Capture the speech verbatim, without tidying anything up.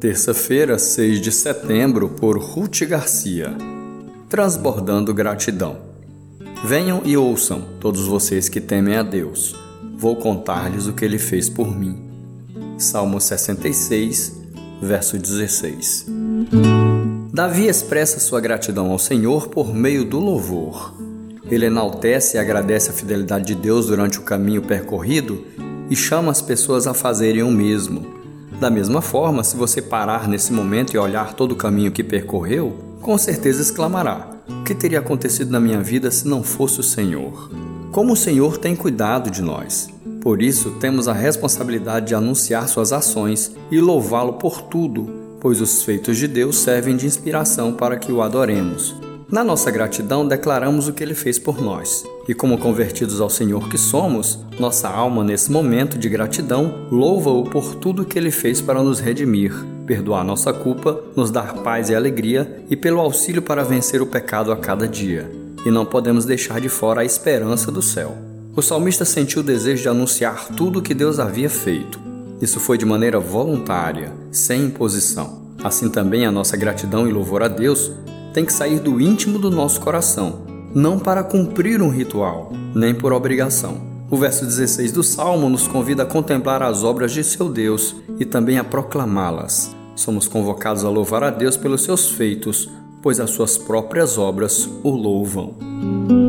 Terça-feira, seis de setembro, por Ruth Garcia. Transbordando gratidão. Venham e ouçam, todos vocês que temem a Deus. Vou contar-lhes o que Ele fez por mim. Salmo sessenta e seis, verso dezesseis. Davi expressa sua gratidão ao Senhor por meio do louvor. Ele enaltece e agradece a fidelidade de Deus durante o caminho percorrido e chama as pessoas a fazerem o mesmo. Da mesma forma, se você parar nesse momento e olhar todo o caminho que percorreu, com certeza exclamará: o que teria acontecido na minha vida se não fosse o Senhor? Como o Senhor tem cuidado de nós. Por isso, temos a responsabilidade de anunciar suas ações e louvá-lo por tudo, pois os feitos de Deus servem de inspiração para que o adoremos. Na nossa gratidão, declaramos o que Ele fez por nós. E como convertidos ao Senhor que somos, nossa alma, nesse momento de gratidão, louva-o por tudo que Ele fez para nos redimir, perdoar nossa culpa, nos dar paz e alegria e pelo auxílio para vencer o pecado a cada dia. E não podemos deixar de fora a esperança do céu. O salmista sentiu o desejo de anunciar tudo o que Deus havia feito. Isso foi de maneira voluntária, sem imposição. Assim também a nossa gratidão e louvor a Deus tem que sair do íntimo do nosso coração, não para cumprir um ritual, nem por obrigação. O verso dezesseis do Salmo nos convida a contemplar as obras de seu Deus e também a proclamá-las. Somos convocados a louvar a Deus pelos seus feitos, pois as suas próprias obras o louvam.